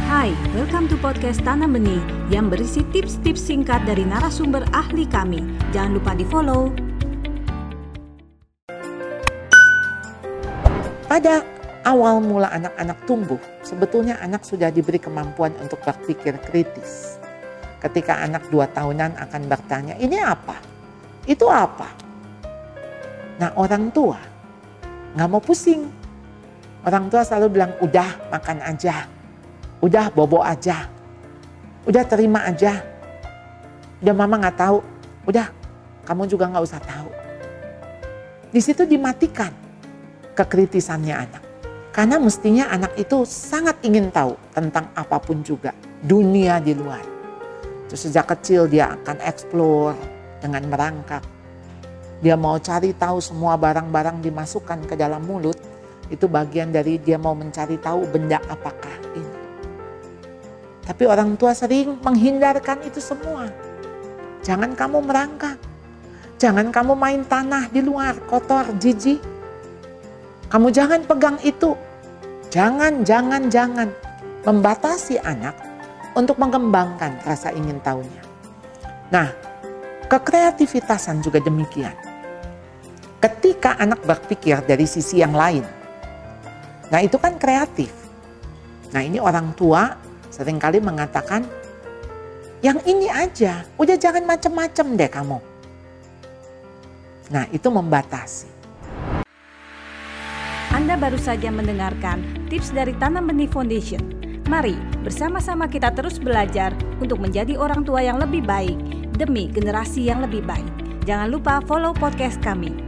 Hai, welcome to podcast Tanam Benih yang berisi tips-tips singkat dari narasumber ahli kami. Jangan lupa di-follow. Pada awal mula anak-anak tumbuh, sebetulnya anak sudah diberi kemampuan untuk berpikir kritis. Ketika anak 2 tahunan akan bertanya, ini apa? Itu apa? Nah, orang tua nggak mau pusing. Orang tua selalu bilang, udah makan aja. Udah bobo aja. Udah terima aja. Udah mama gak tahu. Udah kamu juga gak usah tahu. Di situ dimatikan kekritisannya anak. Karena mestinya anak itu sangat ingin tahu tentang apapun juga. Dunia di luar. Terus sejak kecil dia akan explore dengan merangkak. Dia mau cari tahu semua barang-barang dimasukkan ke dalam mulut. Itu bagian dari dia mau mencari tahu benda apakah ini. Tapi orang tua sering menghindarkan itu semua. Jangan kamu merangkak. Jangan kamu main tanah di luar, kotor, jijik. Kamu jangan pegang itu. Jangan. Membatasi anak untuk mengembangkan rasa ingin tahunya. Nah, kekreativitasan juga demikian. Ketika anak berpikir dari sisi yang lain. Nah, itu kan kreatif. Nah, ini orang tua seringkali mengatakan, yang ini aja, udah jangan macem-macem deh kamu. Nah, itu membatasi. Anda baru saja mendengarkan tips dari Tanam Benih Foundation. Mari bersama-sama kita terus belajar untuk menjadi orang tua yang lebih baik demi generasi yang lebih baik. Jangan lupa follow podcast kami.